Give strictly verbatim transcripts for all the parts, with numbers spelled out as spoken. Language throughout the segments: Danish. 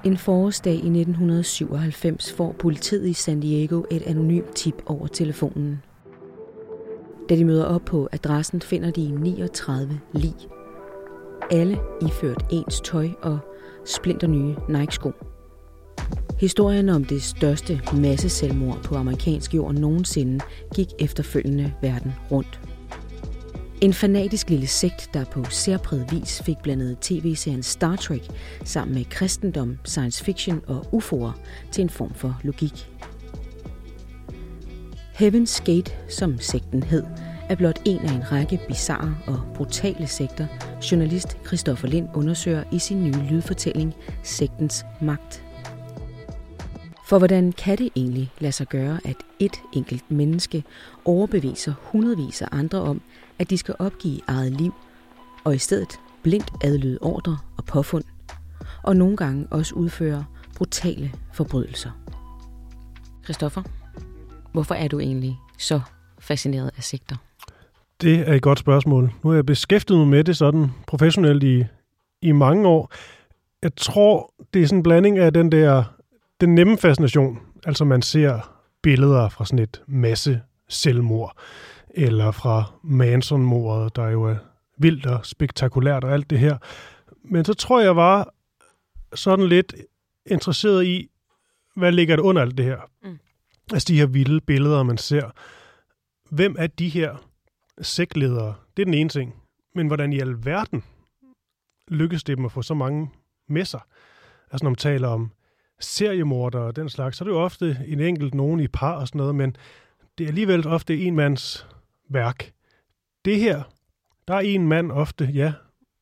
En forårsdag i nitten syvoghalvfems får politiet i San Diego et anonymt tip over telefonen. Da de møder op på adressen, finder de niogtredive lig. Alle iført ens tøj og splinternye Nike-sko. Historien om det største masseselvmord på amerikansk jord nogensinde gik efterfølgende verden rundt. En fanatisk lille sekt, der på særpræget vis fik blandet tv-serien Star Trek sammen med kristendom, science fiction og U F O'er til en form for logik. Heaven's Gate, som sekten hed, er blot en af en række bizarre og brutale sekter, journalist Christoffer Lind undersøger i sin nye lydfortælling Sektens Magt. For hvordan kan det egentlig lade sig gøre, at et enkelt menneske overbeviser hundredvis af andre om, at de skal opgive eget liv, og i stedet blindt adlyde ordre og påfund, og nogle gange også udføre brutale forbrydelser? Christoffer, hvorfor er du egentlig så fascineret af sekter? Det er et godt spørgsmål. Nu har jeg beskæftiget mig med det sådan professionelt i, i mange år. Jeg tror, det er sådan en blanding af den der den nemme fascination. Altså man ser billeder fra sådan et masse selvmord, eller fra Manson-mordet, der jo er vildt og spektakulært og alt det her. Men så tror jeg var sådan lidt interesseret i, hvad ligger der under alt det her? Mm. Altså de her vilde billeder, man ser. Hvem er de her sektledere? Det er den ene ting. Men hvordan i alverden lykkes det dem at få så mange med sig? Altså når man taler om seriemordere og den slags, så er det jo ofte en enkelt nogen i par og sådan noget, men det er alligevel ofte en mands værk. Det her, der er en mand ofte, ja,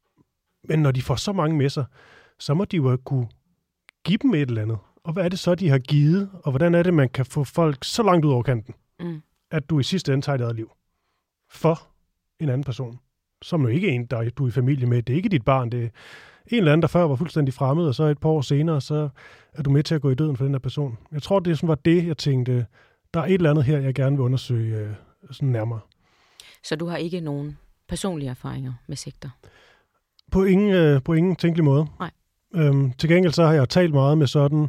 men når de får så mange med sig, så må de jo kunne give dem et eller andet. Og hvad er det så, de har givet, og hvordan er det, man kan få folk så langt ud over kanten, mm. at du i sidste ende tager dit eget liv for en anden person, som jo ikke er en, der du er i familie med. Det er ikke dit barn, det er en eller anden, der før var fuldstændig fremmed, og så et par år senere, så er du med til at gå i døden for den her person. Jeg tror, det var det, jeg tænkte, der er et eller andet her, jeg gerne vil undersøge øh, sådan nærmere. Så du har ikke nogen personlige erfaringer med sekter? På ingen, øh, på ingen tænkelig måde. Nej. Øhm, til gengæld så har jeg talt meget med sådan,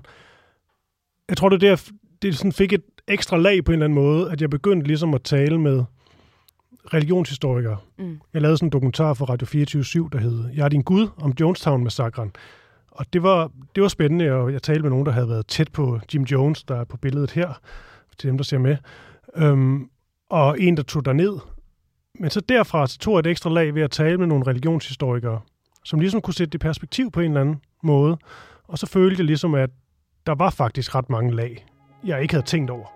jeg tror, det der, det sådan fik et ekstra lag på en eller anden måde, at jeg begyndte ligesom at tale med religionshistorikere. Mm. Jeg lavede sådan en dokumentar for Radio fireogtyve syv, der hed Jeg er din Gud, om Jonestown-massakren. Og det var, det var spændende, og jeg talte med nogen, der havde været tæt på Jim Jones, der er på billedet her, til dem, der ser med. Øhm, og en, der tog derned. Men så derfra så tog jeg et ekstra lag ved at tale med nogle religionshistorikere, som ligesom kunne sætte det perspektiv på en eller anden måde. Og så følte jeg ligesom, at der var faktisk ret mange lag, jeg ikke havde tænkt over.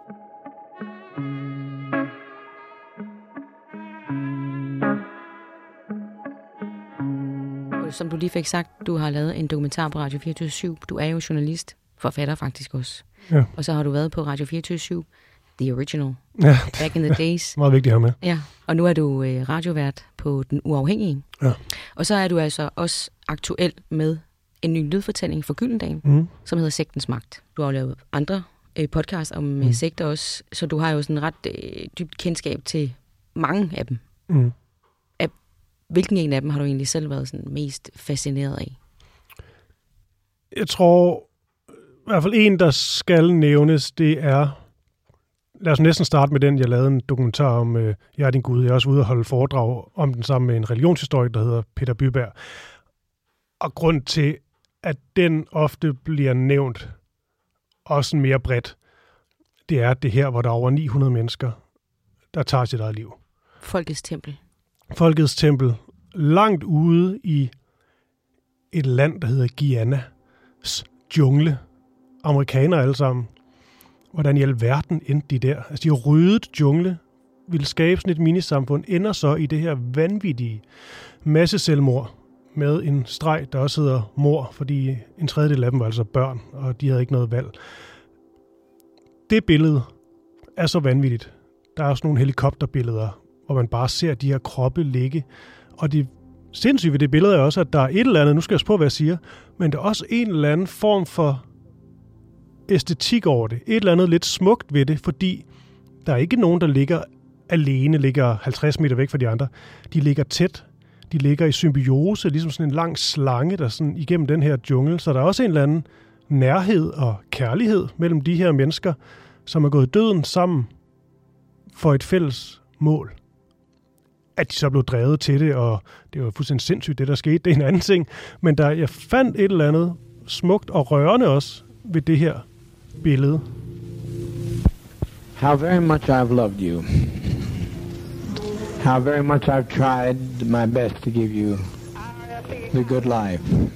Som du lige fik sagt, du har lavet en dokumentar på Radio fireogtyve syv. Du er jo journalist, forfatter faktisk også. Ja. Og så har du været på Radio fireogtyve syv, The Original, ja. Back in the days. Meget vigtigt at have med. Ja, og nu er du øh, radiovært på Den Uafhængige. Ja. Og så er du altså også aktuel med en ny lydfortælling for Gyldendal, mm. som hedder Sektens Magt. Du har jo lavet andre øh, podcasts om mm. sekter også, så du har jo sådan ret øh, dybt kendskab til mange af dem. Mm. Hvilken en af dem har du egentlig selv været sådan mest fascineret af? Jeg tror, i hvert fald en, der skal nævnes, det er, lad os næsten starte med den, jeg lavede en dokumentar om, øh, Jeg er din Gud. Jeg er også ude og holde foredrag om den sammen med en religionshistoriker, der hedder Peter Byberg. Og grund til, at den ofte bliver nævnt, også mere bredt, det er det her, hvor der er over ni hundrede mennesker, der tager sit eget liv. Folkets tempel. Folkets tempel, langt ude i et land, der hedder Guyanas jungle. Amerikanere alle sammen. Hvordan i alverden endte de der? Altså, de har ryddet jungle, ville skabe sådan et minisamfund, ender så i det her vanvittige masse selvmord med en streg, der også hedder mor, fordi en tredjedel af dem var altså børn, og de havde ikke noget valg. Det billede er så vanvittigt. Der er også nogle helikopterbilleder, hvor man bare ser de her kroppe ligge. Og det sindssyge ved det billede er også, at der er et eller andet, nu skal jeg spørge, hvad jeg siger, men der er også en eller anden form for æstetik over det. Et eller andet lidt smukt ved det, fordi der er ikke nogen, der ligger alene, ligger halvtreds meter væk fra de andre. De ligger tæt. de ligger i symbiose, ligesom sådan en lang slange, der sådan igennem den her jungle. Så der er også en eller anden nærhed og kærlighed mellem de her mennesker, som er gået døden sammen for et fælles mål. At de så blev drevet til det, og det var fuldstændig sindssygt, det der skete, det er en anden ting. Men der, jeg fandt et eller andet smukt og rørende også ved det her billede. How very much I've loved you. How very much I've tried my best to give you the good life. Mm.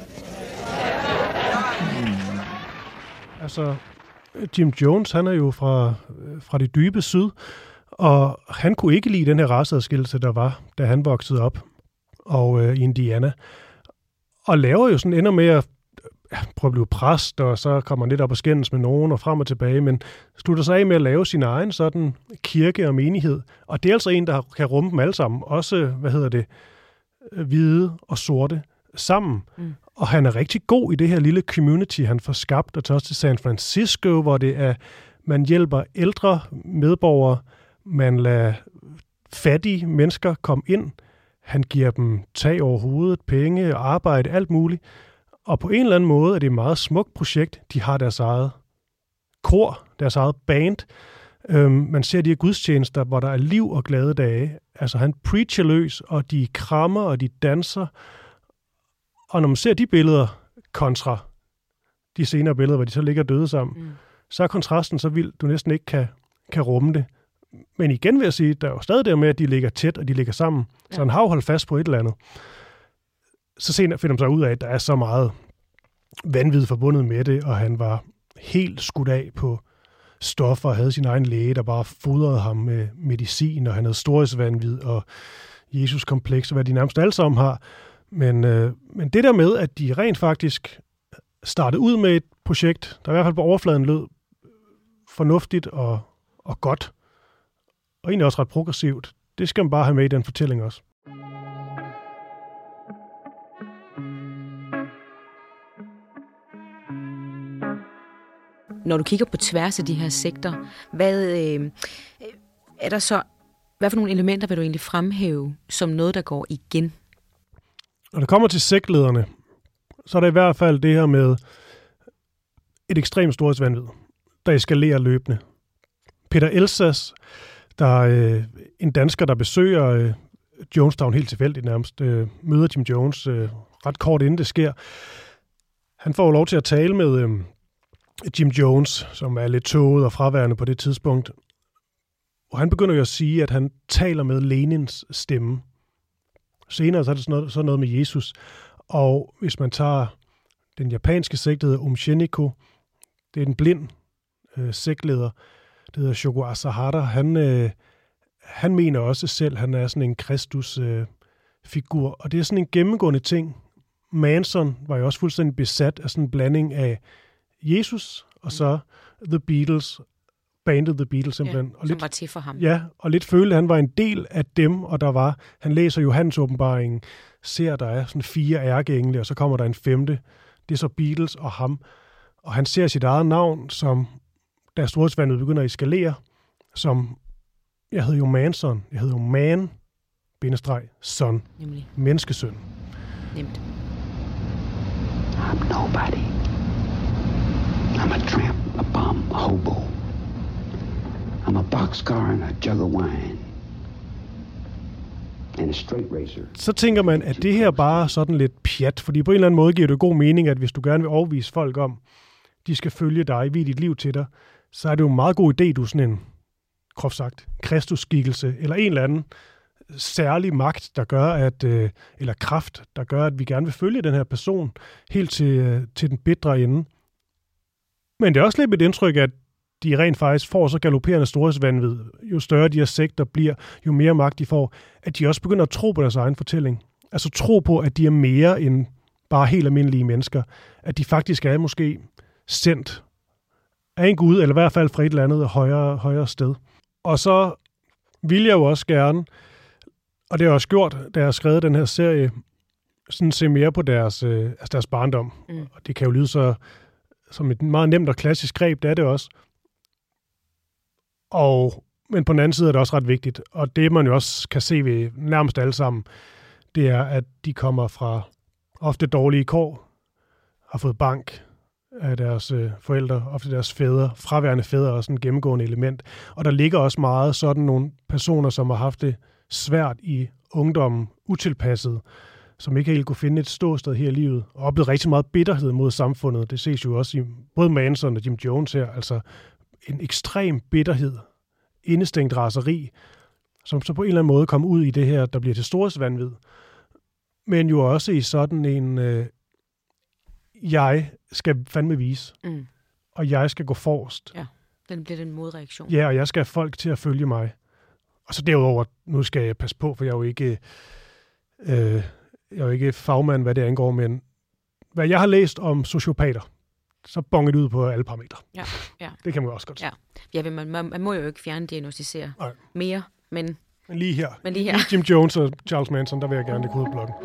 Altså, Jim Jones, han er jo fra, fra det dybe syd, og han kunne ikke lide den her raceadskillelse, der var, da han voksede op og øh, i Indiana. Og laver jo sådan, ender med at prøve at blive præst, og så kommer han lidt op og skændes med nogen, og frem og tilbage, men slutter sig af med at lave sin egen sådan kirke og menighed. Og det er altså en, der kan rumme dem alle sammen, også, hvad hedder det, hvide og sorte sammen. Mm. Og han er rigtig god i det her lille community, han får skabt, og tager også til San Francisco, hvor det er, man hjælper ældre medborgere, man lader fattige mennesker komme ind, han giver dem tag over hovedet, penge, arbejde, alt muligt. Og på en eller anden måde er det et meget smukt projekt. De har deres eget kor, deres eget band. Øhm, man ser de her gudstjenester, hvor der er liv og glade dage. Altså han preacher løs, og de krammer, og de danser. Og når man ser de billeder kontra de senere billeder, hvor de så ligger døde sammen, mm. så er kontrasten så vild, du næsten ikke kan, kan rumme det. Men igen vil jeg sige, der er jo stadig der med, at de ligger tæt, og de ligger sammen. Ja. Så han har jo holdt fast på et eller andet. Så senere finder man sig ud af, at der er så meget vanvid forbundet med det, og han var helt skudt af på stoffer, og havde sin egen læge, der bare fodrede ham med medicin, og han havde storhedsvanvid og Jesus-kompleks, og hvad de nærmest alle sammen har. Men, øh, men det der med, at de rent faktisk startede ud med et projekt, der i hvert fald på overfladen lød fornuftigt og, og godt, og egentlig også ret progressivt, det skal man bare have med i den fortælling også. Når du kigger på tværs af de her sekter, hvad øh, er der så, hvad for nogle elementer vil du egentlig fremhæve som noget, der går igen? Når det kommer til sektlederne, så er der i hvert fald det her med et ekstremt storhedsvanvid, der eskalerer løbende. Peter Elsas, der er øh, en dansker, der besøger øh, Jonestown helt tilfældigt nærmest, øh, møder Jim Jones øh, ret kort inden det sker. Han får lov til at tale med øh, Jim Jones, som er lidt tåget og fraværende på det tidspunkt. Og han begynder jo at sige, at han taler med Lenins stemme. Senere så er det sådan noget, sådan noget med Jesus. Og hvis man tager den japanske sekt, der hedder Aum Shinrikyo, det er en blind øh, sektleder, det hedder Shoko Asahara. Han, øh, han mener også selv, han er sådan en Kristus-figur. Øh, og det er sådan en gennemgående ting. Manson var jo også fuldstændig besat af sådan en blanding af Jesus og så The Beatles, bandet The Beatles simpelthen. Ja, og som lidt, var til for ham. Ja, og lidt følte, at han var en del af dem, og der var, han læser Johannes åbenbaringen, ser, der er sådan fire ærkeengle, og så kommer der en femte. Det er så Beatles og ham. Og han ser sit eget navn, som da storhedsvandet begynder at eskalere, som, jeg hedder jo Manson, jeg hedder jo Man, bindestreg, son, Nemlig. Menneskesøn. Nemt. I'm nobody. I'm a tramp, a bum, a hobo. I'm a boxcar and a jug of wine. And a straight racer. Så tænker man, at det her bare er sådan lidt pjat, fordi på en eller anden måde giver det god mening, at hvis du gerne vil overbevise folk om, de skal følge dig, vie dit liv til dig, så er det jo en meget god idé, du er sådan en, groft sagt, kristusskikkelse, eller en eller anden særlig magt, der gør, at, eller kraft, der gør, at vi gerne vil følge den her person helt til, til den bitre ende. Men det er også lidt mit indtryk, at de rent faktisk får så galopperende storhedsvanvid, jo større de her sekter bliver, jo mere magt de får, at de også begynder at tro på deres egen fortælling. Altså tro på, at de er mere end bare helt almindelige mennesker. At de faktisk er måske sendt af en gud, eller i hvert fald fra et eller andet højere, højere sted. Og så vil jeg jo også gerne, og det har jeg også gjort, da jeg har skrevet den her serie, sådan se mere på deres, øh, altså deres barndom. Mm. Og det kan jo lyde så som et meget nemt og klassisk greb, det er det også. Og, men på den anden side er det også ret vigtigt, og det man jo også kan se ved nærmest alle sammen, det er, at de kommer fra ofte dårlige kår, har fået bank af deres øh, forældre, ofte deres fædre. Fraværende fædre er også en gennemgående element. Og der ligger også meget sådan nogle personer, som har haft det svært i ungdommen, utilpasset, som ikke helt kunne finde et ståsted her i livet, og oplevet rigtig meget bitterhed mod samfundet. Det ses jo også i både Manson og Jim Jones her, altså en ekstrem bitterhed, indestængt raseri, som så på en eller anden måde kommer ud i det her, der bliver til stores vanvid. Men jo også i sådan en, øh, jeg skal fandme vise, mm. og jeg skal gå forrest. Ja, den bliver den modreaktion. Ja, og jeg skal have folk til at følge mig. Og så derudover, nu skal jeg passe på, for jeg er jo ikke, øh, jeg er jo ikke fagmand, hvad det angår, men hvad jeg har læst om sociopater, så bonget ud på alle parametre. Ja, ja. Det kan man også godt sige. Ja, ja man, man, man må jo ikke fjerndiagnostisere Nej. mere, men... Men lige her. Men lige her. Jim Jones og Charles Manson, der vil jeg gerne lægge hovedblokken.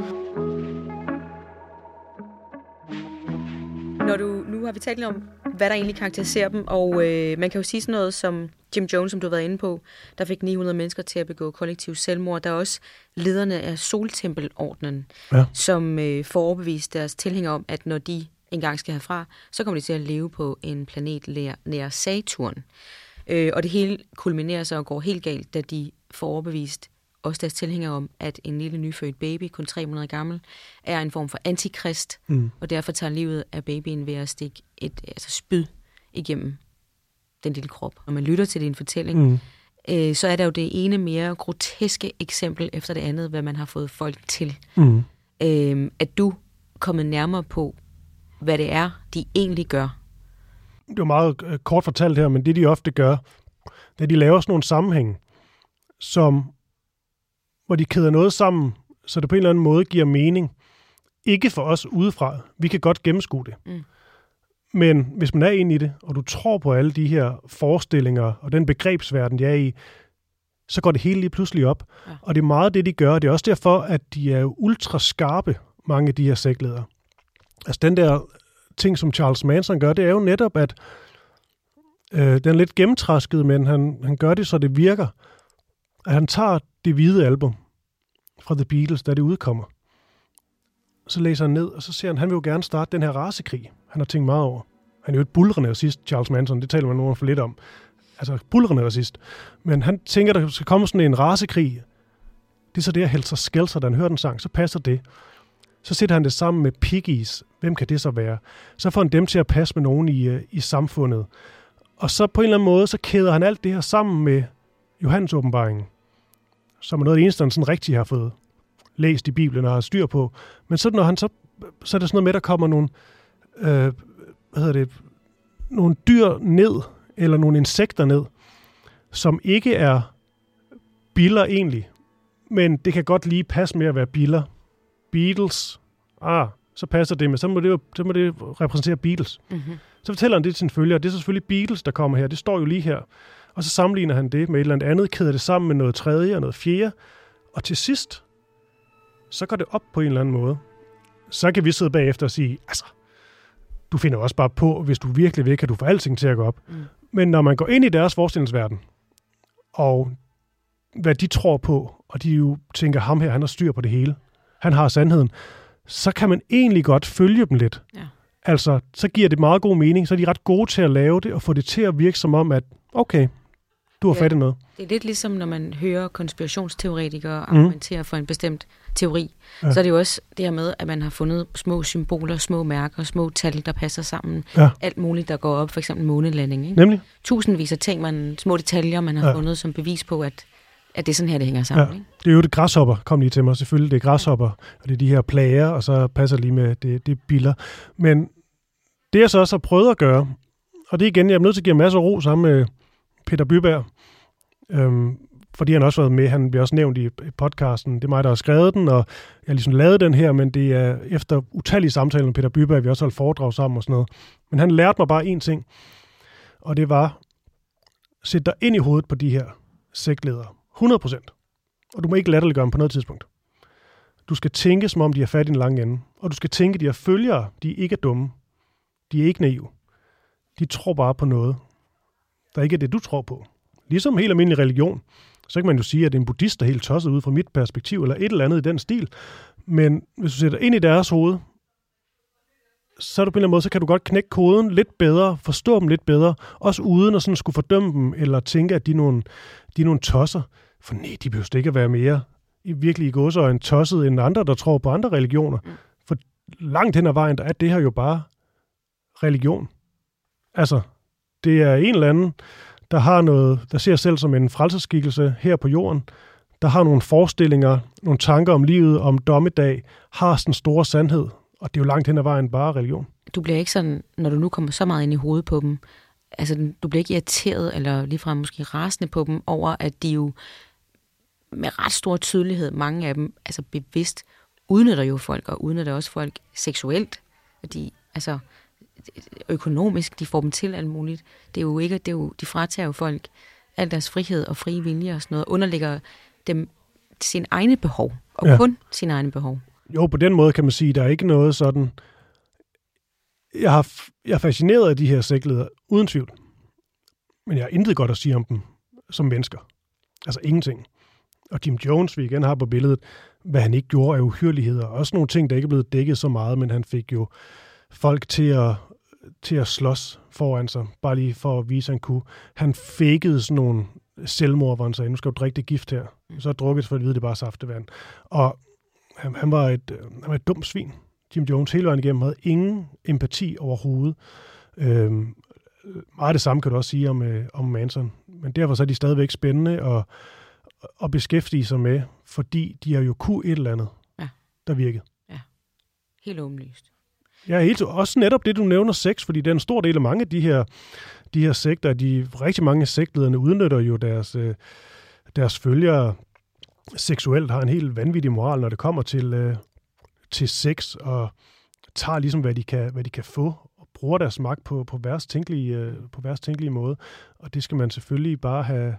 Når du, nu har vi talt lidt om, hvad der egentlig karakteriserer dem, og øh, man kan jo sige sådan noget som Jim Jones, som du har været inde på, der fik ni hundrede mennesker til at begå kollektiv selvmord. Der er også lederne af Soltempelordenen, ja. som øh, får overbevist deres tilhængere om, at når de engang skal herfra, så kommer de til at leve på en planet nær, nær Saturn. Øh, og det hele kulminerer sig og går helt galt, da de får overbevist også deres tilhængere om, at en lille nyfødt baby, kun tre måneder gammel, er en form for antikrist, mm. og derfor tager livet af babyen ved at stikke et altså spyd igennem den lille krop. Når man lytter til din fortælling, mm. øh, så er der jo det ene mere groteske eksempel efter det andet, hvad man har fået folk til. Mm. Øh, at du er kommet nærmere på, hvad det er, de egentlig gør. Det er meget øh, kort fortalt her, men det de ofte gør, det er, at de laver sådan nogle sammenhænge, som, hvor de kæder noget sammen, så det på en eller anden måde giver mening. Ikke for os udefra. Vi kan godt gennemskue det. Mm. Men hvis man er inde i det, og du tror på alle de her forestillinger, og den begrebsverden, de er i, så går det hele lige pludselig op. Ja. Og det er meget det, de gør. Det er også derfor, at de er ultra skarpe, mange af de her sektledere. Altså den der ting, som Charles Manson gør, det er jo netop, at øh, den er lidt gennemtrasket, men han, han gør det, så det virker. At han tager det hvide album fra The Beatles, da det udkommer. Så læser han ned, og så ser han, han vil jo gerne starte den her racekrig. Han har tænkt meget over. Han er jo et bulrende racist, Charles Manson. Det taler man nogen for lidt om. Altså bulrende racist. Men han tænker, der skal komme sådan en racekrig. Det er så det, at Helter Skelter, da han hører den sang, så passer det. Så sætter han det sammen med Piggies. Hvem kan det så være? Så får han dem til at passe med nogen i, i samfundet. Og så på en eller anden måde, så kæder han alt det her sammen med Johannes åbenbaringen, som er noget af det eneste, han sådan rigtig har fået læst i Bibelen og har styr på. Men så når han så, så er det sådan noget med, der kommer nogle, øh, hvad hedder det, nogle dyr ned, eller nogle insekter ned, som ikke er biller egentlig, men det kan godt lige passe med at være biller. Beatles, ah, så passer det med, så må det jo så må det repræsentere Beatles. Mm-hmm. Så fortæller han det til sin følger, det er selvfølgelig Beatles, der kommer her, det står jo lige her. Og så sammenligner han det med et eller andet andet, kæder det sammen med noget tredje og noget fjerde, og til sidst, så går det op på en eller anden måde. Så kan vi sidde bagefter og sige, altså, du finder også bare på, hvis du virkelig vil, kan du få alting til at gå op. Mm. Men når man går ind i deres forestillingsverden, og hvad de tror på, og de jo tænker, ham her, han har styr på det hele, han har sandheden, så kan man egentlig godt følge dem lidt. Ja. Altså, så giver det meget god mening, så er de ret gode til at lave det, og få det til at virke som om, at okay, du har ja, fat i noget. Det er lidt ligesom, når man hører konspirationsteoretikere argumentere mm. for en bestemt teori. Ja. Så er det jo også det her med, at man har fundet små symboler, små mærker, små tal, der passer sammen. Ja. Alt muligt, der går op, for eksempel månelanding. Ikke? Nemlig. Tusindvis af ting, man, små detaljer, man har ja. fundet som bevis på, at, at det er sådan her, det hænger sammen. Ja. Ikke? Det er jo det græshopper, kom lige til mig. Selvfølgelig, det er græshopper, og det er de her plager, og så passer lige med det, det biller. Men det jeg så også har prøvet at gøre, og det er igen, jeg er nødt til at give masser af ro sammen med Peter Byberg, øhm, fordi han også har været med, han bliver også nævnt i podcasten, det er mig, der har skrevet den, og jeg har ligesom lavet den her, men det er efter utallige samtaler med Peter Byberg, vi også holdt foredrag sammen og sådan noget. Men han lærte mig bare én ting, og det var, sæt dig ind i hovedet på de her sektledere, hundrede procent, og du må ikke latterliggøre dem på noget tidspunkt. Du skal tænke, som om de har fat i en lang ende, og du skal tænke, at de har følgere, de ikke er dumme, de er ikke naive, de tror bare på noget, der ikke er det, du tror på. Ligesom helt almindelig religion. Så kan man jo sige, at en buddhist er helt tosset ud fra mit perspektiv, eller et eller andet i den stil. Men hvis du sætter ind i deres hoved, så er du på en eller anden måde, så kan du godt knække koden lidt bedre, forstå dem lidt bedre, også uden at sådan skulle fordømme dem, eller tænke, at de er nogle, de er nogle tosser. For nej, de behøver ikke at være mere i virkelig i gåseøjne tosset end andre, der tror på andre religioner. Mm. For langt hen ad vejen, der er det her jo bare religion. Altså, det er en eller anden, der har noget, der ser sig selv som en frelserskikkelse her på jorden, der har nogle forestillinger, nogle tanker om livet, om dommedag, har sådan en stor sandhed, og det er jo langt hen ad vejen bare religion. Du bliver ikke sådan, når du nu kommer så meget ind i hovedet på dem, altså du bliver ikke irriteret, eller ligefrem måske rasende på dem, over at de jo med ret stor tydelighed, mange af dem, altså bevidst, udnytter jo folk, og udnytter også folk seksuelt, og de, altså økonomisk, de får dem til alt muligt. Det er jo ikke, det er jo, de fratager jo folk al deres frihed og frie vilje og sådan noget, underlægger dem sine egne behov, og ja. kun sine egne behov. Jo, på den måde kan man sige, der er ikke noget sådan. Jeg har, jeg er fascineret af de her sektledere, uden tvivl. Men jeg har intet godt at sige om dem som mennesker. Altså ingenting. Og Jim Jones, vi igen har på billedet, hvad han ikke gjorde af uhyrligheder. Også nogle ting, der ikke er blevet dækket så meget, men han fik jo folk til at, til at slås foran sig, bare lige for at vise, at han kunne. Han fakede sådan nogle selvmord, hvor han sagde, nu skal du drikke det gift her. Så drukket for at vide, det er bare saftevand. Og han, han, var et, han var et dumt svin. Jim Jones hele vejen igennem havde ingen empati overhovedet. Øhm, meget det samme kan du også sige om, øh, om Manson. Men derfor så er de stadigvæk spændende at, at beskæftige sig med, fordi de har jo kunne et eller andet, ja. der virkede. Ja, helt åbenlyst. Ja, helt, også netop det, du nævner sex, fordi det er en stor del af mange af de her, de her sekter. De, rigtig mange af sektlederne udnytter jo deres, øh, deres følgere seksuelt, har en helt vanvittig moral, når det kommer til, øh, til sex, og tager ligesom, hvad de kan, hvad de kan få, og bruger deres magt på, på værst tænkelige, øh, på værst tænkelige måde. Og det skal man selvfølgelig bare have,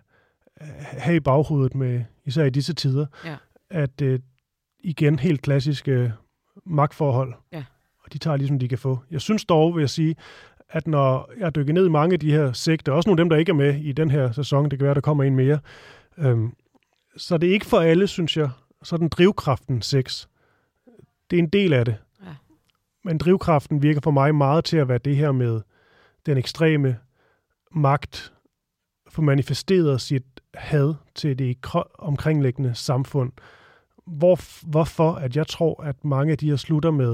have i baghovedet, med, især i disse tider, ja. at øh, igen helt klassiske magtforhold, ja. og de tager ligesom, de kan få. Jeg synes dog, vil jeg sige, at når jeg dykker ned i mange af de her sekter, også nogle af dem, der ikke er med i den her sæson, det kan være, der kommer en mere, øhm, så det er ikke for alle, synes jeg, sådan drivkraften sex. Det er en del af det. Ja. Men drivkraften virker for mig meget til at være det her med den ekstreme magt, for manifesteret sit had til det omkringliggende samfund. Hvor, hvorfor at jeg tror, at mange af de her slutter med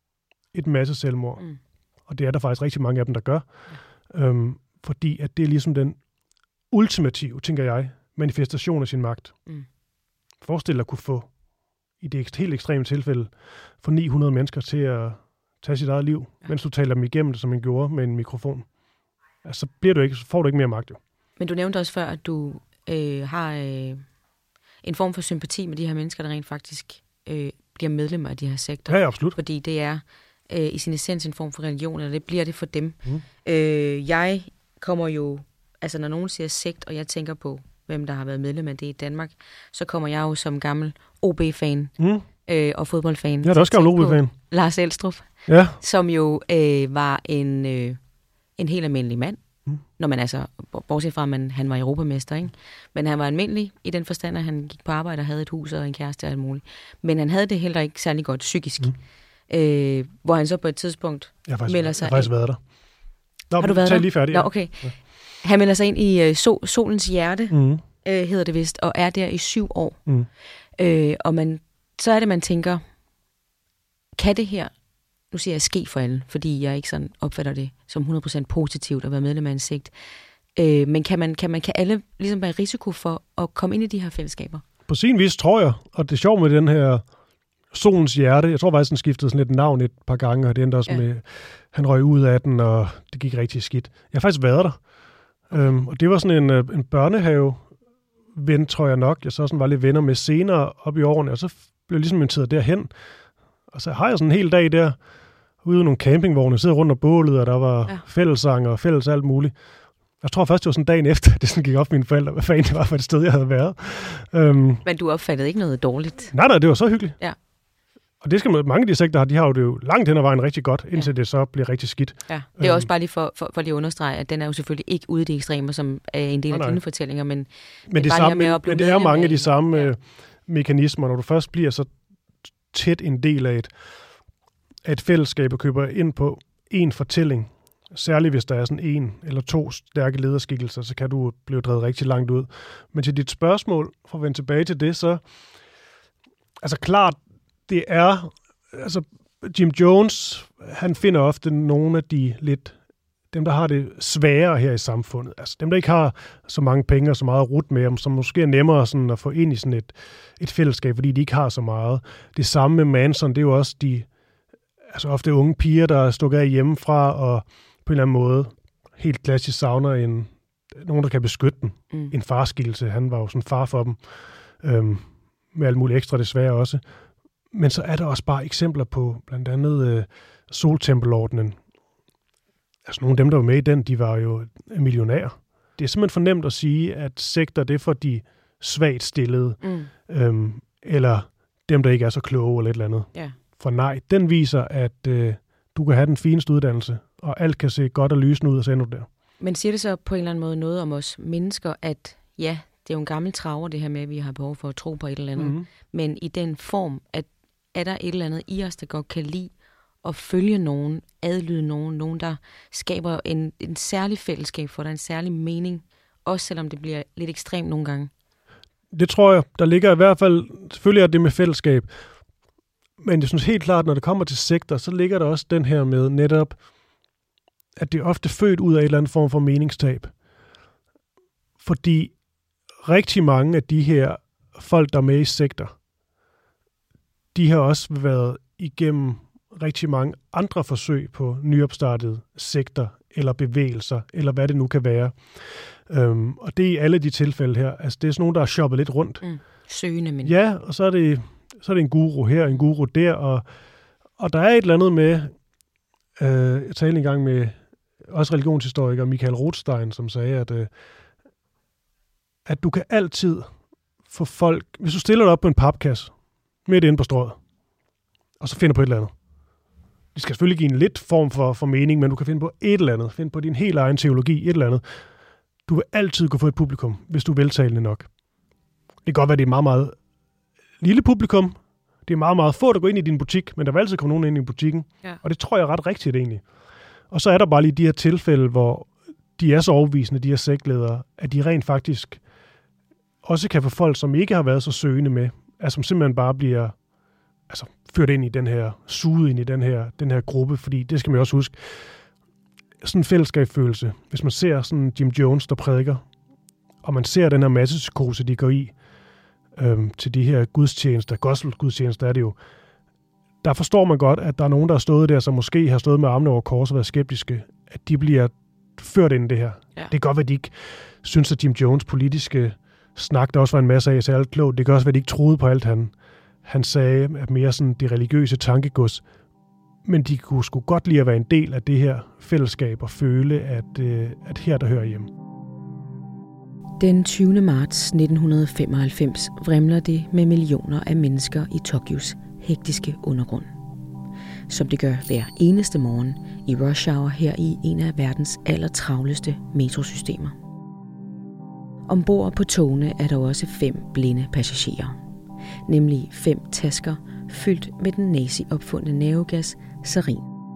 et masse selvmord. Mm. Og det er der faktisk rigtig mange af dem, der gør. Ja. Øhm, fordi at det er ligesom den ultimative, tænker jeg, manifestation af sin magt. Mm. Forestil dig at kunne få, i det helt ekstreme tilfælde, for ni hundrede mennesker til at tage sit eget liv, ja. mens du taler dem igennem det, som man gjorde med en mikrofon. Altså, så, bliver du ikke, så får du ikke mere magt, jo. Men du nævnte også før, at du øh, har øh, en form for sympati med de her mennesker, der rent faktisk øh, bliver medlemmer af de her sekter. Ja, absolut. Fordi det er øh, i sin essens en form for religion, eller det bliver det for dem. Mm. Øh, jeg kommer jo, altså når nogen siger sekt, og jeg tænker på, hvem der har været medlem af det i Danmark, så kommer jeg jo som gammel O B-fan øh, og fodboldfan. Jeg er også gammel O B-fan. Lars Elstrup, ja. som jo øh, var en, øh, en helt almindelig mand. Mm. Når man altså, bortset fra, at man, han var europamester, ikke? Men han var almindelig i den forstand, at han gik på arbejde og havde et hus og en kæreste og alt muligt. Men han havde det heller ikke særlig godt psykisk. Mm. Øh, hvor han så på et tidspunkt jeg faktisk, melder sig... Jeg har faktisk været der. Nå, har du været der? lige færdig. Nå, okay. Ja. Han melder sig ind i uh, sol, Solens Hjerte, mm. øh, hedder det vist, og er der i syv år. Mm. Øh, og man, så er det, man tænker, kan det her, nu siger jeg ske for alle, fordi jeg ikke sådan opfatter det som hundrede procent positivt at være medlem af en sekt, øh, men kan, man, kan, man, kan alle ligesom være i risiko for at komme ind i de her fællesskaber? På sin vis, tror jeg, og det er sjovt med den her Solens Hjerte, jeg tror faktisk, den skiftede sådan lidt navn et par gange, og det endte også ja. med, han røg ud af den, og det gik rigtig skidt. Jeg har faktisk været der. Okay. Øhm, og det var sådan en, en børnehave-ven, tror jeg nok. Jeg så sådan var lidt venner med senere op i årene, og så blev jeg ligesom inviteret derhen. Og så har jeg sådan en hel dag der, ude i nogle campingvogne, sidder rundt om bålet, og der var ja. fællessang og fælles alt muligt. Jeg tror først, det var sådan dagen efter, det sådan gik op mine forældre, hvad fanden det var for et sted, jeg havde været. Øhm, Men du opfattede ikke noget dårligt? Nej, nej, det var så hyggeligt. Ja. Og det skal man, mange af de sektorer, de har jo det jo langt hen ad vejen rigtig godt, indtil ja. det så bliver rigtig skidt. Ja, det er også bare lige for, for, for lige at understrege, at den er jo selvfølgelig ikke ude i de ekstremer, som er en del af dine fortællinger, men, men, men, det, samme, men, men det er mange af de samme ja. mekanismer, når du først bliver så tæt en del af et, af et fællesskab og køber ind på en fortælling, særligt hvis der er sådan en eller to stærke lederskikkelser, så kan du blive drevet rigtig langt ud. Men til dit spørgsmål, for at vende tilbage til det, så altså klart, det er, altså Jim Jones, han finder ofte nogle af de lidt, dem der har det sværere her i samfundet, altså dem der ikke har så mange penge og så meget rut med dem, som måske er nemmere sådan at få ind i sådan et, et fællesskab, fordi de ikke har så meget. Det samme med Manson, det er jo også de, altså ofte unge piger, der er stukket af hjemmefra og på en eller anden måde helt klassisk savner en, nogen, der kan beskytte dem. Mm. En farskikkelse, han var jo sådan far for dem, øhm, med alt muligt ekstra desværre også. Men så er der også bare eksempler på blandt andet øh, Soltempelordenen. Altså nogle af dem, der var med i den, de var jo millionærer. Det er simpelthen for nemt at sige, at sektor, det er for de svagt stillede, mm. øhm, eller dem, der ikke er så kloge eller et eller andet. Yeah. For nej, den viser, at øh, du kan have den fineste uddannelse, og alt kan se godt og lysende ud, og så ender du der. Men siger det så på en eller anden måde noget om os mennesker, at ja, det er jo en gammel traver, det her med, at vi har behov for at tro på et eller andet. Mm-hmm. Men i den form, at er der et eller andet i os, der godt kan lide at følge nogen, adlyde nogen, nogen, der skaber en, en særlig fællesskab for dig, en særlig mening, også selvom det bliver lidt ekstremt nogle gange? Det tror jeg. Der ligger i hvert fald, selvfølgelig er det med fællesskab, men jeg synes helt klart, når det kommer til sektor, så ligger der også den her med netop, at det er ofte født ud af en eller anden form for meningstab. Fordi rigtig mange af de her folk, der er med i sektor, de har også været igennem rigtig mange andre forsøg på nyopstartede sektor eller bevægelser, eller hvad det nu kan være. Øhm, og det er i alle de tilfælde her. Altså, det er sådan nogen, der har shoppet lidt rundt. Mm. Søgende men. Ja, og så er, det, så er det en guru her, en guru der, og, og der er et eller andet med, øh, jeg talte engang med også religionshistoriker Michael Rothstein, som sagde, at, øh, at du kan altid få folk, hvis du stiller dig op på en papkasse, midt inde på strøget, og så finder på et eller andet. Det skal selvfølgelig give en lidt form for, for mening, men du kan finde på et eller andet, finde på din helt egen teologi, et eller andet. Du vil altid kunne få et publikum, hvis du er veltalende nok. Det kan godt være, det er et meget, meget lille publikum. Det er meget, meget få, der går ind i din butik, men der vil altid komme nogen ind i butikken. Ja. Og det tror jeg er ret rigtigt egentlig. Og så er der bare lige de her tilfælde, hvor de er så overbevisende, de her sektledere, at de rent faktisk også kan få folk, som ikke har været så søgende med, altså som simpelthen bare bliver altså, ført ind i den her, suget ind i den her, den her gruppe, fordi det skal man også huske. Sådan en fællesskabsfølelse. Hvis man ser sådan Jim Jones, der prædiker, og man ser den her massepsykose, de går i øhm, til de her gudstjenester, gospel-gudstjenester er det jo, der forstår man godt, at der er nogen, der har stået der, som måske har stået med armene over kors og været skeptiske, at de bliver ført ind i det her. Ja. Det kan godt være, at de ikke synes, at Jim Jones politiske snak, der også var en masse af, så alt klogt. Det kan også være, at de ikke troede på alt, han, han sagde, at mere sådan det religiøse tankegods. Men de kunne sgu godt lide at være en del af det her fællesskab og føle, at, øh, at her der hører hjemme. Den tyvende marts nitten femoghalvfems vrimler det med millioner af mennesker i Tokyos hektiske undergrund. Som det gør hver eneste morgen i rush hour her i en af verdens allertravleste metrosystemer. Ombord på togene er der også fem blinde passagerer. Nemlig fem tasker fyldt med den nazi-opfundne nervegas sarin.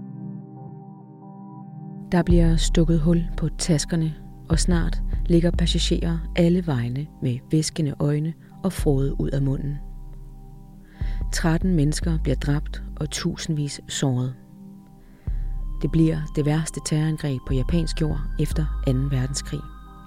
Der bliver stukket hul på taskerne, og snart ligger passagerer alle vegne med væskende øjne og frode ud af munden. tretten mennesker bliver dræbt og tusindvis såret. Det bliver det værste terrorangreb på japansk jord efter anden verdenskrig.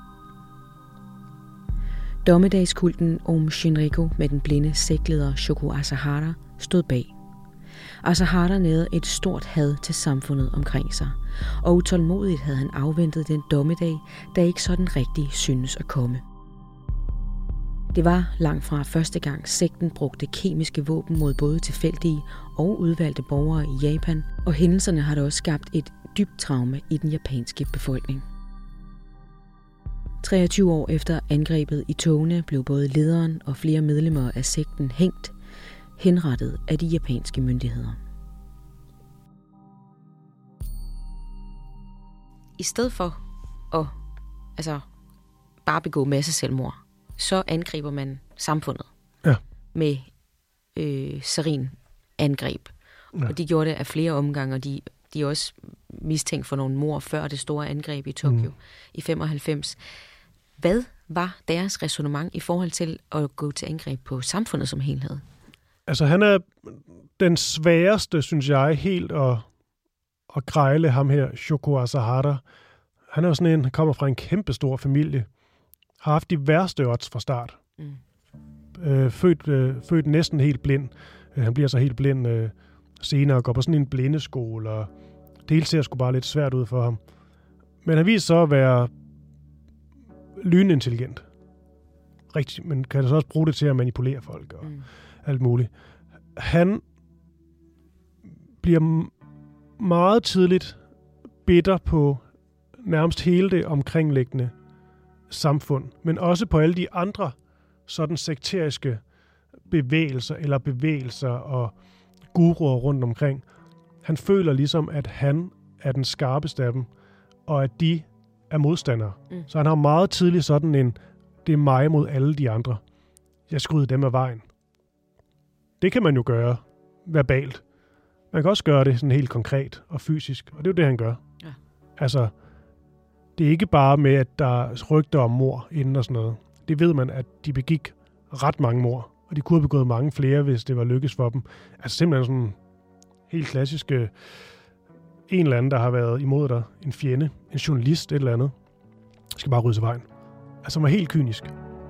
Dommedagskulten Om Shinriko med den blinde sektleder Shoko Asahara stod bag. Asahara nærede et stort had til samfundet omkring sig, og utålmodigt havde han afventet den dommedag, der ikke sådan rigtig synes at komme. Det var langt fra første gang sekten brugte kemiske våben mod både tilfældige og udvalgte borgere i Japan, og hændelserne har da også skabt et dybt traume i den japanske befolkning. treogtyve år efter angrebet i togene blev både lederen og flere medlemmer af sekten hængt, henrettet af de japanske myndigheder. I stedet for at altså, bare begå masse selvmord, så angriber man samfundet ja. med øh, sarin-angreb. Ja. Og de gjorde det af flere omgange, og de, de er også mistænkt for nogle mord før det store angreb i Tokyo mm. i femoghalvfems. Hvad var deres ræsonnement i forhold til at gå til angreb på samfundet som helhed? Altså han er den sværeste, synes jeg, helt at, at grejle ham her, Shoko Asahara. Han er jo sådan en, han kommer fra en kæmpe stor familie, har haft de værste odds fra start. Mm. Øh, født, øh, født næsten helt blind. Øh, han bliver så helt blind øh, senere og går på sådan en blindeskole, og det hele ser sgu bare lidt svært ud for ham. Men han viser så at være lynintelligent. Rigtig, men kan så også bruge det til at manipulere folk og mm. alt muligt. Han bliver meget tidligt bitter på nærmest hele det omkringliggende samfund, men også på alle de andre sådan sekteriske bevægelser eller bevægelser og guruer rundt omkring. Han føler ligesom, at han er den skarpeste af dem, og at de er modstandere. Mm. Så han har meget tidligt sådan en, det er mig mod alle de andre. Jeg skryder dem af vejen. Det kan man jo gøre verbalt. Man kan også gøre det sådan helt konkret og fysisk, og det er jo det, han gør. Ja. Altså, det er ikke bare med, at der er rygter om mord inden og sådan noget. Det ved man, at de begik ret mange mord, og de kunne have begået mange flere, hvis det var lykkes for dem. Altså simpelthen sådan helt klassiske, en eller anden, der har været imod dig, en fjende, en journalist, et eller andet, skal bare rydde sig vejen. Altså, man er helt kynisk.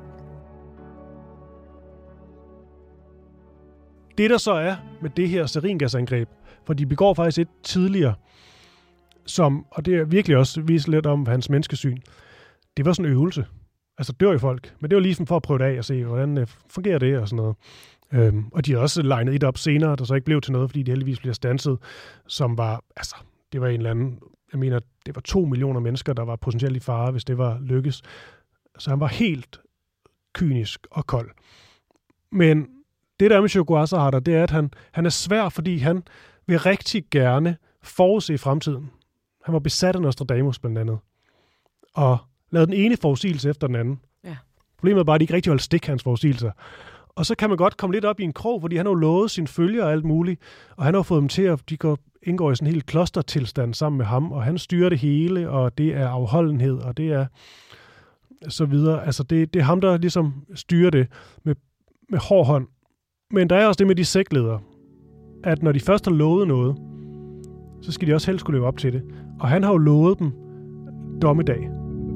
Det, der så er med det her saringasangreb, for de begår faktisk et tidligere, som, og det er virkelig også vist lidt om hans menneskesyn, det var sådan en øvelse. Altså dør jo folk, men det var ligesom for at prøve det af og se, hvordan øh, fungerer det og sådan noget. Øhm, og de har også legnet et op senere, der så ikke blev til noget, fordi de heldigvis bliver standset, som var, altså, det var en eller anden, jeg mener, det var to millioner mennesker, der var potentielt i fare, hvis det var lykkes. Så han var helt kynisk og kold. Men det der med Shoko Asahara, det er, at han, han er svær, fordi han vil rigtig gerne forudse fremtiden. Han var besat af Nostradamus blandt andet. Og lavede den ene forudsigelse efter den anden. Ja. Problemet er bare, at de ikke rigtig holdt stik hans forudsigelser. Og så kan man godt komme lidt op i en krog, fordi han har jo lovet sine følgere og alt muligt. Og han har fået dem til, at de går, indgår i sådan en helt klostertilstand sammen med ham. Og han styrer det hele, og det er afholdenhed, og det er så videre. Altså det, det er ham, der ligesom styrer det med, med hård hånd. Men der er også det med de sektledere, at når de først har lovet noget, så skal de også helst kunne leve op til det. Og han har jo lovet dem dommedag.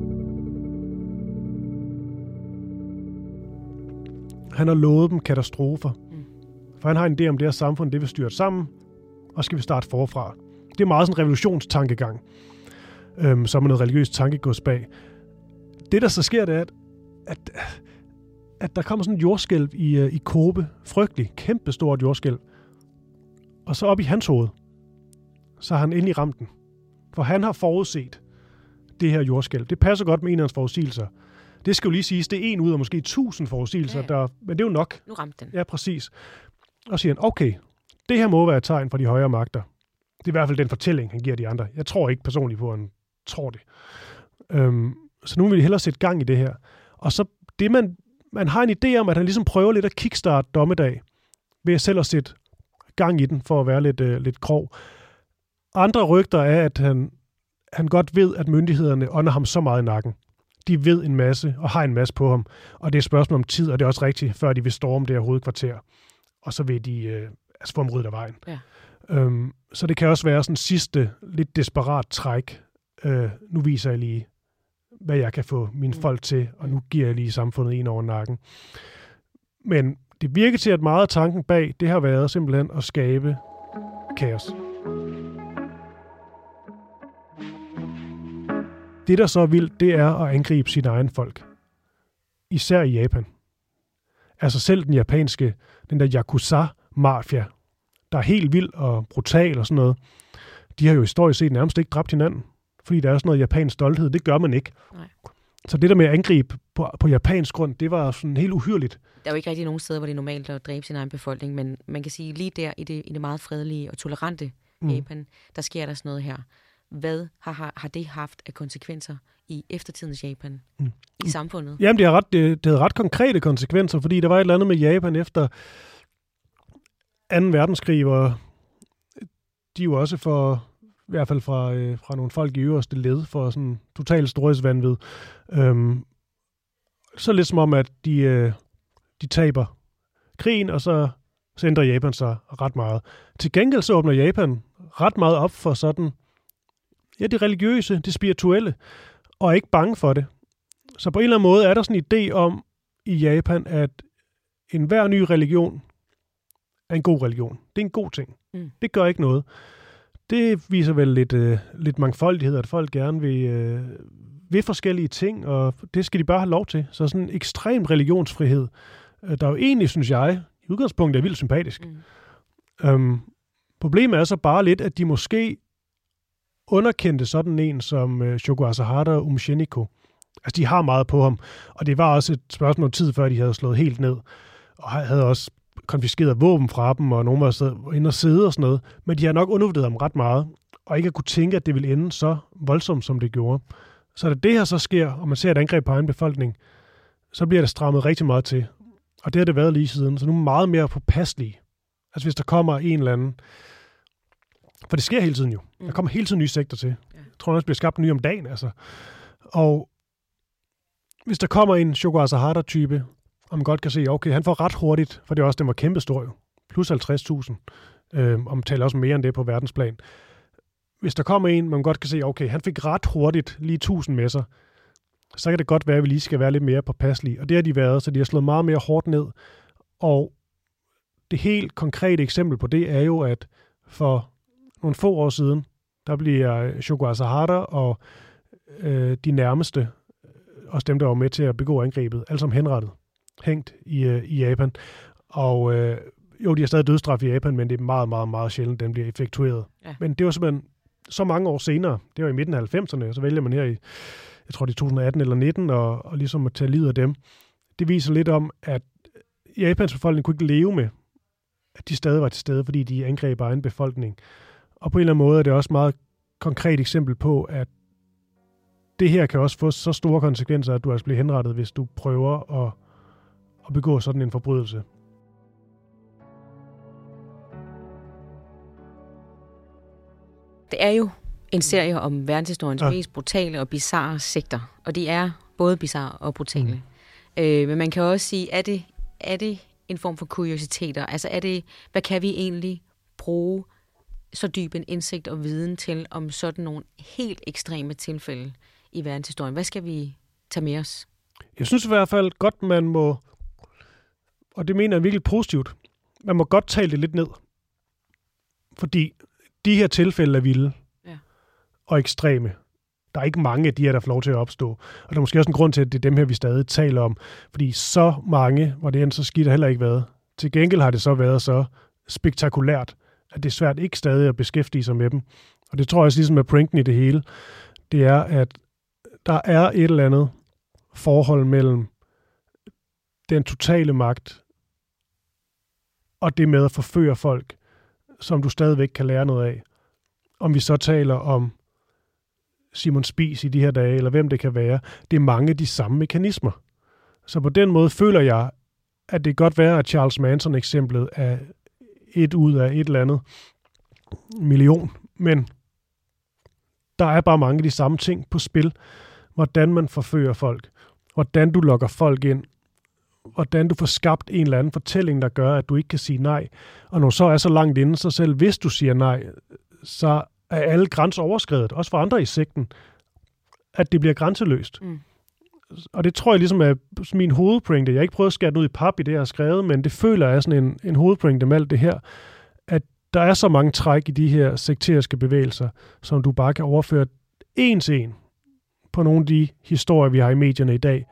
Han har lovet dem katastrofer. Mm. For han har en idé om det her samfund, det vil styre sammen, og skal vi starte forfra. Det er meget sådan en revolutionstankegang, øhm, som er noget religiøst tankegods bag. Det, der så sker, det er, at, at, at der kommer sådan et jordskælv i, i Kobe. Frygtelig, kæmpestort jordskælv. Og så op i hans hoved, så har han endelig ramt den. For han har forudset det her jordskælv. Det passer godt med en af hans forudsigelser. Det skal jo lige siges, det er en ud af måske tusind forudsigelser, ja, ja. Der, men det er jo nok. Nu ramte den. Ja, præcis. Og siger han, okay, det her må være et tegn for de højere magter. Det er i hvert fald den fortælling, han giver de andre. Jeg tror ikke personligt på, at han tror det. Øhm, så nu vil vi hellere sætte gang i det her. Og så det, man, man har en idé om, at han ligesom prøver lidt at kickstarte dommedag, ved selv at sætte gang i den, for at være lidt, øh, lidt grov. Andre rygter er, at han, han godt ved, at myndighederne ånder ham så meget i nakken. De ved en masse, og har en masse på ham. Og det er et spørgsmål om tid, og det er også rigtigt, før de vil storme det her hovedkvarter. Og så vil de øh, altså få ham ryddet af vejen. Ja. Øhm, så det kan også være sådan sidste, lidt desperat træk. Øh, nu viser jeg lige, hvad jeg kan få mine mm. folk til, og nu giver jeg lige samfundet en over nakken. Men det virker til, at meget af tanken bag, det har været simpelthen at skabe kaos. Det, der så er vildt, det er at angribe sine egen folk. Især i Japan. Altså selv den japanske, den der Yakuza-mafia, der er helt vild og brutal og sådan noget, de har jo historisk set nærmest ikke dræbt hinanden. Fordi der er sådan noget japansk stolthed. Det gør man ikke. Nej. Så det der med at angribe på, på japansk grund, det var sådan helt uhyrligt. Der er jo ikke rigtig nogen steder, hvor det er normalt at dræbe sin egen befolkning, men man kan sige, lige der i det, i det meget fredelige og tolerante mm. Japan, der sker der sådan noget her. Hvad har, har, har det haft af konsekvenser i eftertidens Japan, mm. i samfundet? Jamen, det, har ret, det, det havde ret konkrete konsekvenser, fordi der var et eller andet med Japan efter anden verdenskrig, hvor de jo også for, i hvert fald fra, øh, fra nogle folk i øverste led, for sådan total storhedsvanvid. Øhm, så lidt som om, at de, øh, de taber krigen, og så, så ændrer Japan sig ret meget. Til gengæld så åbner Japan ret meget op for sådan, ja, det religiøse, det spirituelle, og er ikke bange for det. Så på en eller anden måde er der sådan en idé om i Japan, at enhver ny religion er en god religion. Det er en god ting. Mm. Det gør ikke noget. Det viser vel lidt, øh, lidt mangfoldighed, at folk gerne vil, øh, vil forskellige ting, og det skal de bare have lov til. Så sådan en ekstrem religionsfrihed, øh, der jo egentlig, synes jeg, i udgangspunktet er vildt sympatisk. Mm. Øhm, problemet er så bare lidt, at de måske underkendte sådan en som øh, Shoko Asahara og Umshiniko. Altså, de har meget på ham, og det var også et spørgsmål om tid, før de havde slået helt ned, og havde også konfiskeret våben fra dem, og nogen var inde og sidde og sådan noget, men de har nok undervurderet ham ret meget, og ikke at kunne tænke, at det ville ende så voldsomt, som det gjorde. Så da det her så sker, og man ser et angreb på egen befolkning, så bliver det strammet rigtig meget til. Og det har det været lige siden, så nu er meget mere påpasselige. Altså hvis der kommer en eller anden, for det sker hele tiden jo. Der kommer hele tiden nye sektor til. Jeg tror også, der bliver skabt en ny om dagen, altså. Og hvis der kommer en Shoko Asahara-type, og man godt kan se, okay, han får ret hurtigt, for det er også, den var kæmpestor jo. Plus halvtreds tusind. Øh, og man taler også mere end det på verdensplan. Hvis der kommer en, man godt kan se, okay, han fik ret hurtigt lige tusind med sig, så kan det godt være, at vi lige skal være lidt mere påpasselige. Og det har de været, så de har slået meget mere hårdt ned. Og det helt konkrete eksempel på det er jo, at for nogle få år siden, der bliver Shoko Asahara og øh, de nærmeste, også dem, der var med til at begå angrebet, alle sammen henrettet, hængt i, øh, i Japan. Og øh, jo, de har stadig dødsstraf i Japan, men det er meget, meget, meget sjældent, den bliver effektueret. Ja. Men det var simpelthen så mange år senere, det var i midten af halvfemserne, og så vælger man her i, jeg tror det er to tusind og atten eller nitten, og, og ligesom at tage livet af dem. Det viser lidt om, at Japans befolkning kunne ikke leve med, at de stadig var til stede, fordi de angreb egen befolkning. Og på en eller anden måde er det også et meget konkret eksempel på, at det her kan også få så store konsekvenser, at du altså bliver henrettet, hvis du prøver at, at begå sådan en forbrydelse. Det er jo en serie om verdenshistoriens ja. mest brutale og bizarre sekter, og de er både bizarre og brutale. Mm. Øh, men man kan også sige, er det, er det en form for kuriositeter? Altså er det, hvad kan vi egentlig bruge så dyb en indsigt og viden til om sådan nogle helt ekstreme tilfælde i verdenshistorien? Hvad skal vi tage med os? Jeg synes i hvert fald godt, man må, og det mener jeg virkelig positivt, man må godt tale det lidt ned. Fordi de her tilfælde er vilde ja. og ekstreme. Der er ikke mange af de her, der får lov til at opstå. Og der er måske også en grund til, at det er dem her, vi stadig taler om. Fordi så mange, hvor det end så skidt, har heller ikke været. Til gengæld har det så været så spektakulært, at det er svært ikke stadig at beskæftige sig med dem. Og det tror jeg også ligesom med pranken i det hele, det er, at der er et eller andet forhold mellem den totale magt og det med at forføre folk, som du stadigvæk kan lære noget af. Om vi så taler om Simon Spies i de her dage, eller hvem det kan være, det er mange af de samme mekanismer. Så på den måde føler jeg, at det kan godt være, at Charles Manson-eksemplet er et ud af et eller andet million, men der er bare mange af de samme ting på spil. Hvordan man forfører folk, hvordan du lokker folk ind, hvordan du får skabt en eller anden fortælling, der gør, at du ikke kan sige nej. Og når du så er så langt inde, så selv hvis du siger nej, så er alle grænser overskredet, også for andre i sekten, at det bliver grænseløst. Mm. Og det tror jeg ligesom er min hovedpointe. Jeg har ikke prøvet at skære ud i pap i det, jeg har skrevet, men det føler jeg er sådan en, en hovedpointe med alt det her, at der er så mange træk i de her sekteriske bevægelser, som du bare kan overføre en til en på nogle af de historier, vi har i medierne i dag.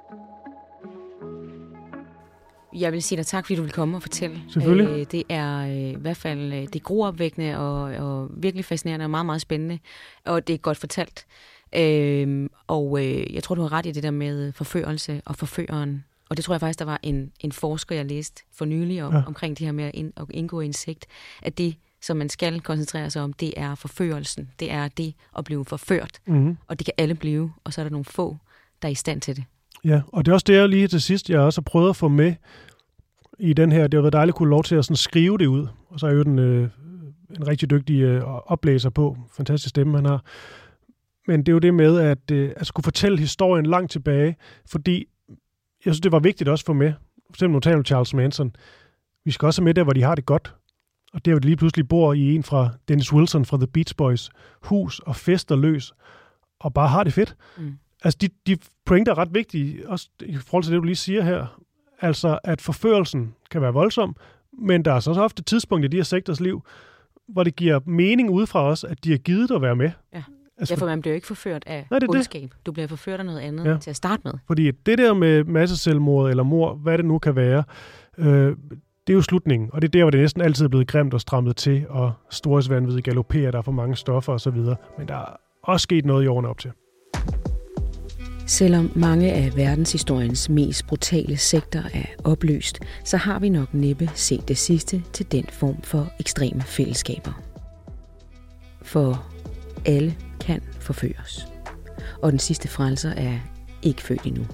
Jeg vil sige dig tak, fordi du vil komme og fortælle. Selvfølgelig. Øh, det er øh, i hvert fald det er gruopvækkende og, og virkelig fascinerende og meget, meget spændende. Og det er godt fortalt. Øhm, og øh, jeg tror, du har ret i det der med forførelse og forføreren. Og det tror jeg faktisk, der var en, en forsker, jeg læste for nylig om, ja. omkring det her med at, ind, at indgå i en sekt, at det, som man skal koncentrere sig om, det er forførelsen. Det er det at blive forført. Mm-hmm. Og det kan alle blive, og så er der nogle få, der er i stand til det. Ja, og det er også det, jeg lige til sidst, jeg også har prøvet at få med i den her. Det har været dejligt at kunne lov til at sådan skrive det ud. Og så er jo den øh, en rigtig dygtig øh, oplæser på. Fantastisk stemme, han har. Men det er jo det med at, øh, at skulle fortælle historien langt tilbage, fordi jeg synes, det var vigtigt også at få med. For eksempel, nu taler om Charles Manson. Vi skal også have med der, hvor de har det godt. Og der, hvor de lige pludselig bor i en fra Dennis Wilson fra The Beach Boys hus og fester løs og bare har det fedt. Mm. Altså, de, de pointer er ret vigtige, også i forhold til det, du lige siger her. Altså, at forførelsen kan være voldsom, men der er så også ofte et tidspunkt i de her sektors liv, hvor det giver mening udefra os, at de har givet at være med. Ja. Altså, ja, for man bliver jo ikke forført af ondskab. Du bliver forført af noget andet ja. til at starte med. Fordi det der med masseselvmord eller mord, hvad det nu kan være, øh, det er jo slutningen. Og det er der, hvor det næsten altid er blevet grimt og strammet til, og storhedsvanvid galopperer, der er for mange stoffer osv. Men der er også sket noget i årene op til. Selvom mange af verdenshistoriens mest brutale sekter er opløst, så har vi nok næppe set det sidste til den form for ekstreme fællesskaber. For alle kan forføres. Og den sidste frelser er ikke født endnu.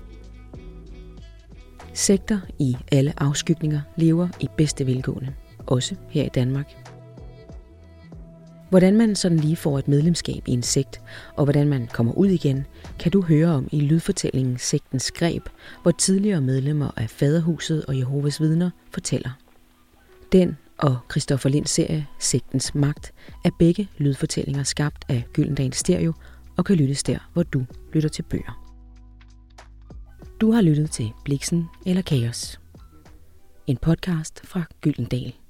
Sekter i alle afskygninger lever i bedste velgående, også her i Danmark. Hvordan man sådan lige får et medlemskab i en sekt, og hvordan man kommer ud igen, kan du høre om i lydfortællingen Sektens Greb, hvor tidligere medlemmer af Faderhuset og Jehovas Vidner fortæller. Den og Christoffer Linds serie Sektens Magt er begge lydfortællinger skabt af Gyldendal Stereo og kan lyttes der, hvor du lytter til bøger. Du har lyttet til Blixen eller Kaos. En podcast fra Gyldendal.